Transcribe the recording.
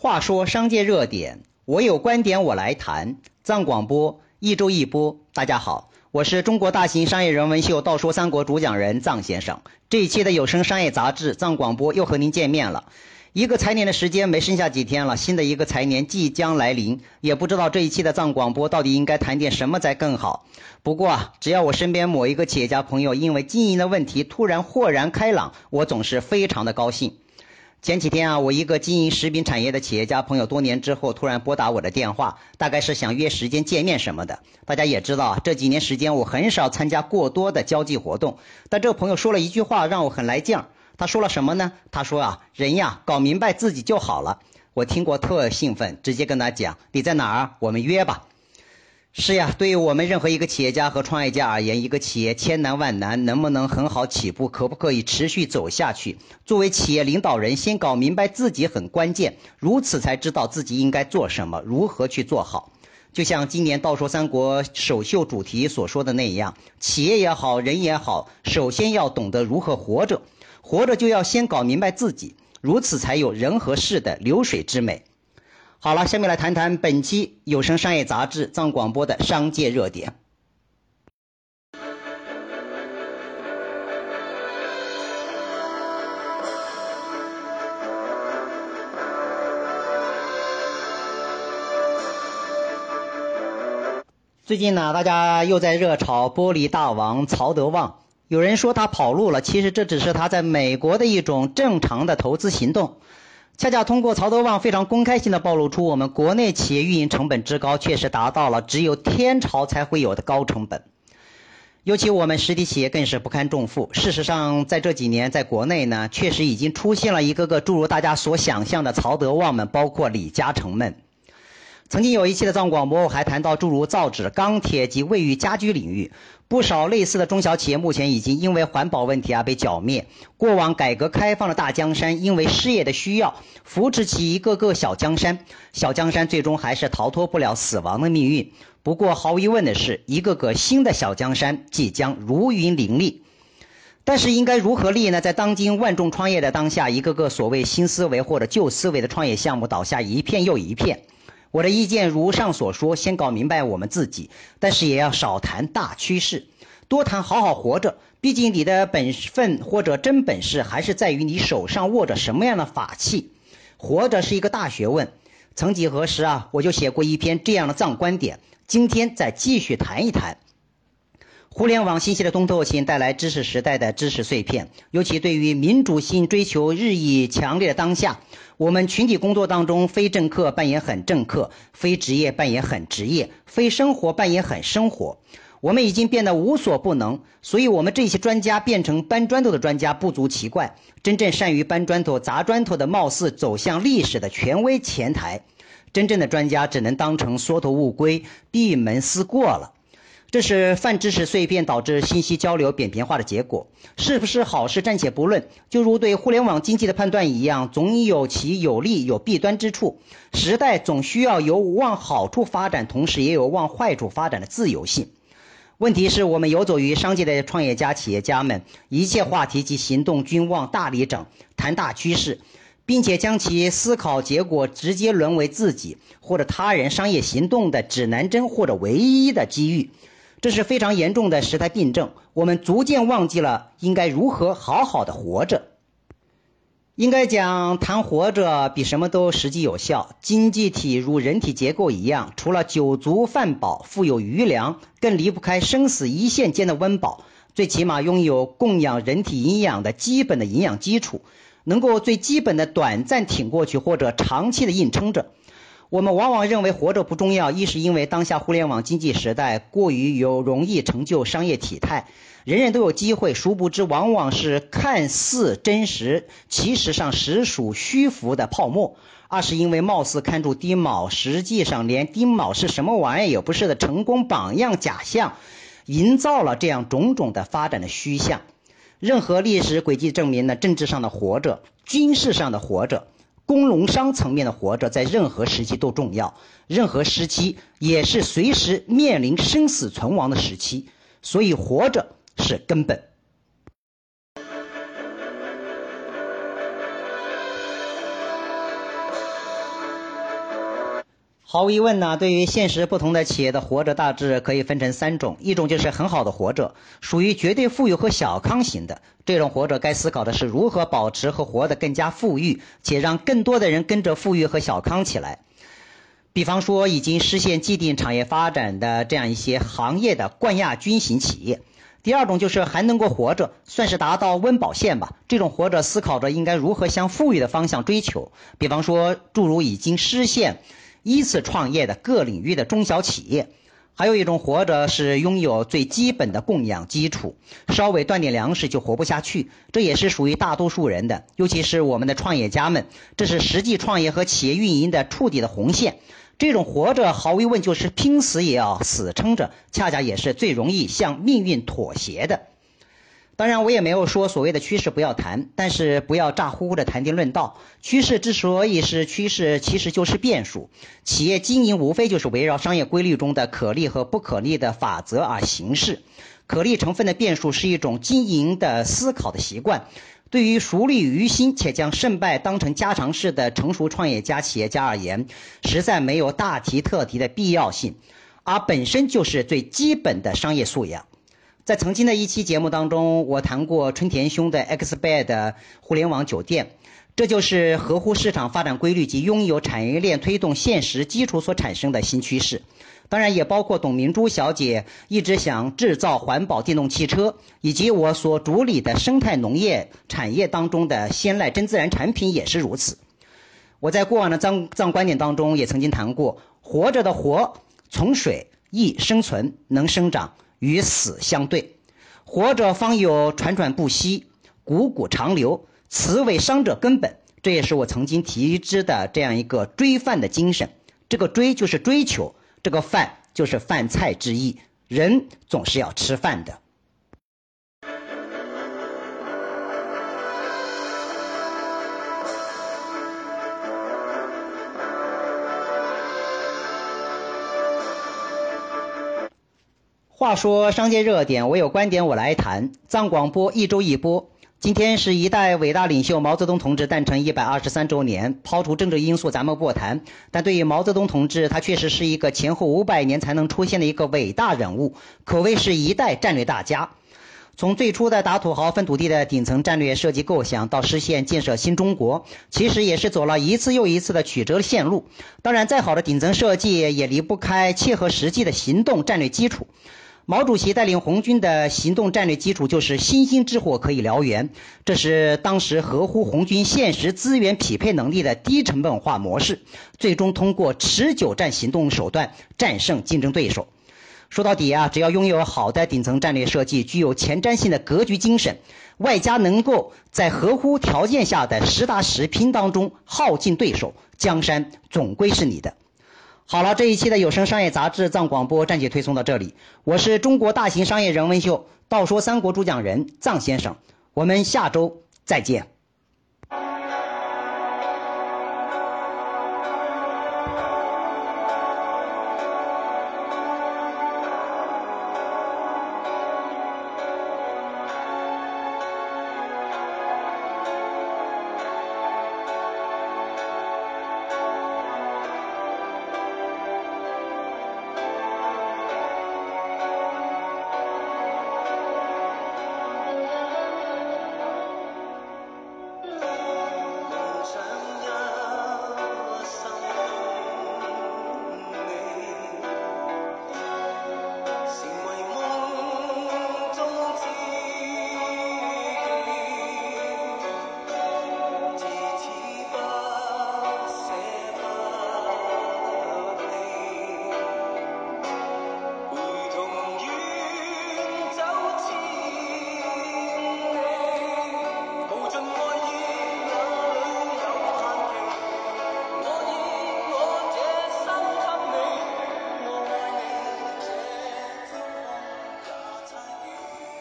话说商界热点，我有观点我来谈。藏广播一周一播，大家好，我是中国大型商业人文秀道说三国主讲人藏先生。这一期的有声商业杂志藏广播又和您见面了。一个财年的时间没剩下几天了，新的一个财年即将来临，也不知道这一期的藏广播到底应该谈点什么才更好。不过只要我身边某一个企业家朋友因为经营的问题突然豁然开朗，我总是非常的高兴。前几天我一个经营食品产业的企业家朋友多年之后突然拨打我的电话，大概是想约时间见面什么的。大家也知道这几年时间我很少参加过多的交际活动，但这个朋友说了一句话让我很来劲儿。他说了什么呢？他说人呀，搞明白自己就好了。我听过特兴奋，直接跟他讲，你在哪儿？我们约吧。是呀，对于我们任何一个企业家和创业家而言，一个企业千难万难，能不能很好起步，可不可以持续走下去，作为企业领导人先搞明白自己很关键，如此才知道自己应该做什么，如何去做好。就像今年道说三国首秀主题所说的那样，企业也好，人也好，首先要懂得如何活着，活着就要先搞明白自己，如此才有人和事的流水之美。好了，下面来谈谈本期有声商业杂志藏广播的商界热点。最近呢，大家又在热炒玻璃大王曹德旺，有人说他跑路了，其实这只是他在美国的一种正常的投资行动。恰恰通过曹德旺非常公开性的暴露出我们国内企业运营成本之高，确实达到了只有天朝才会有的高成本。尤其我们实体企业更是不堪重负。事实上在这几年在国内呢，确实已经出现了一个个诸如大家所想象的曹德旺们，包括李嘉诚们。曾经有一期的藏广播我还谈到诸如造纸、钢铁及卫浴家居领域，不少类似的中小企业目前已经因为环保问题被剿灭。过往改革开放的大江山因为事业的需要扶持起一个个小江山，小江山最终还是逃脱不了死亡的命运。不过毫无疑问的是，一个个新的小江山即将如云林立。但是应该如何立呢？在当今万众创业的当下，一个个所谓新思维或者旧思维的创业项目倒下一片又一片。我的意见如上所说，先搞明白我们自己，但是也要少谈大趋势，多谈好好活着。毕竟你的本分或者真本事还是在于你手上握着什么样的法器。活着是一个大学问，曾几何时我就写过一篇这样的藏观点，今天再继续谈一谈。互联网信息的通透性带来知识时代的知识碎片，尤其对于民主性追求日益强烈的当下，我们群体工作当中，非政客扮演很政客，非职业扮演很职业，非生活扮演很生活。我们已经变得无所不能，所以我们这些专家变成搬砖头的专家不足奇怪，真正善于搬砖头砸砖头的貌似走向历史的权威前台，真正的专家只能当成缩头乌龟，闭门思过了。这是泛知识碎片导致信息交流扁平化的结果，是不是好事暂且不论，就如对互联网经济的判断一样，总有其有利有弊端之处。时代总需要有往好处发展，同时也有往坏处发展的自由性。问题是我们游走于商界的创业家企业家们，一切话题及行动均往大里整，谈大趋势，并且将其思考结果直接沦为自己或者他人商业行动的指南针或者唯一的机遇。这是非常严重的时代病症，我们逐渐忘记了应该如何好好的活着。应该讲谈活着比什么都实际有效。经济体如人体结构一样，除了酒足饭饱腹有余粮，更离不开生死一线间的温饱，最起码拥有供养人体营养的基本的营养基础，能够最基本的短暂挺过去或者长期的硬撑着。我们往往认为活着不重要，一是因为当下互联网经济时代过于容易成就商业体态，人人都有机会，殊不知往往是看似真实，其实上实属虚浮的泡沫。二是因为貌似看出丁卯，实际上连丁卯是什么玩意也不是的成功榜样假象，营造了这样种种的发展的虚像。任何历史轨迹证明呢，政治上的活着，军事上的活着，工农商层面的活着，在任何时期都重要，任何时期也是随时面临生死存亡的时期，所以活着是根本。 毫无疑问呢，对于现实不同的企业的活着大致可以分成3种，一种就是很好的活着，属于绝对富裕和小康型的，这种活着该思考的是如何保持和活得更加富裕，且让更多的人跟着富裕和小康起来。比方说已经实现既定产业发展的这样一些行业的冠亚军型企业。第二种就是还能够活着，算是达到温饱线吧，这种活着思考着应该如何向富裕的方向追求，比方说诸如已经实现依次创业的各领域的中小企业。还有一种活着是拥有最基本的供养基础，稍微断点粮食就活不下去，这也是属于大多数人的，尤其是我们的创业家们，这是实际创业和企业运营的触底的红线。这种活着毫无疑问就是拼死也要死撑着，恰恰也是最容易向命运妥协的。当然我也没有说所谓的趋势不要谈，但是不要咋呼呼的谈天论道，趋势之所以是趋势，其实就是变数，企业经营无非就是围绕商业规律中的可逆和不可逆的法则而行事，可逆成分的变数是一种经营的思考的习惯，对于熟虑于心且将胜败当成家常事的成熟创业家企业家而言，实在没有大题特题的必要性，而本身就是最基本的商业素养。在曾经的一期节目当中，我谈过春田兄的 Xbed 互联网酒店，这就是合乎市场发展规律及拥有产业链推动现实基础所产生的新趋势。当然也包括董明珠小姐一直想制造环保电动汽车，以及我所主理的生态农业产业当中的鲜濑真自然产品也是如此。我在过往的藏观点当中也曾经谈过，活着的活，从水易生存，能生长，与死相对，活着方有喘喘不息，汩汩长流，此为商者根本。这也是我曾经提之的这样一个追饭的精神，这个追就是追求，这个饭就是饭菜之意，人总是要吃饭的。话说商界热点，我有观点我来谈。藏广播一周一播，今天是一代伟大领袖毛泽东同志诞辰123周年。抛除政治因素咱们不谈，但对于毛泽东同志，他确实是一个前后500年才能出现的一个伟大人物，可谓是一代战略大家。从最初的打土豪分土地的顶层战略设计构想，到实现建设新中国，其实也是走了一次又一次的曲折线路。当然再好的顶层设计也离不开切合实际的行动战略基础。毛主席带领红军的行动战略基础就是星星之火可以燎原，这是当时合乎红军现实资源匹配能力的低成本化模式，最终通过持久战行动手段战胜竞争对手。说到底只要拥有好的顶层战略设计，具有前瞻性的格局精神，外加能够在合乎条件下的实打实拼当中耗尽对手，江山总归是你的。好了，这一期的有声商业杂志藏广播暂且推送到这里，我是中国大型商业人文秀道说三国主讲人藏先生，我们下周再见。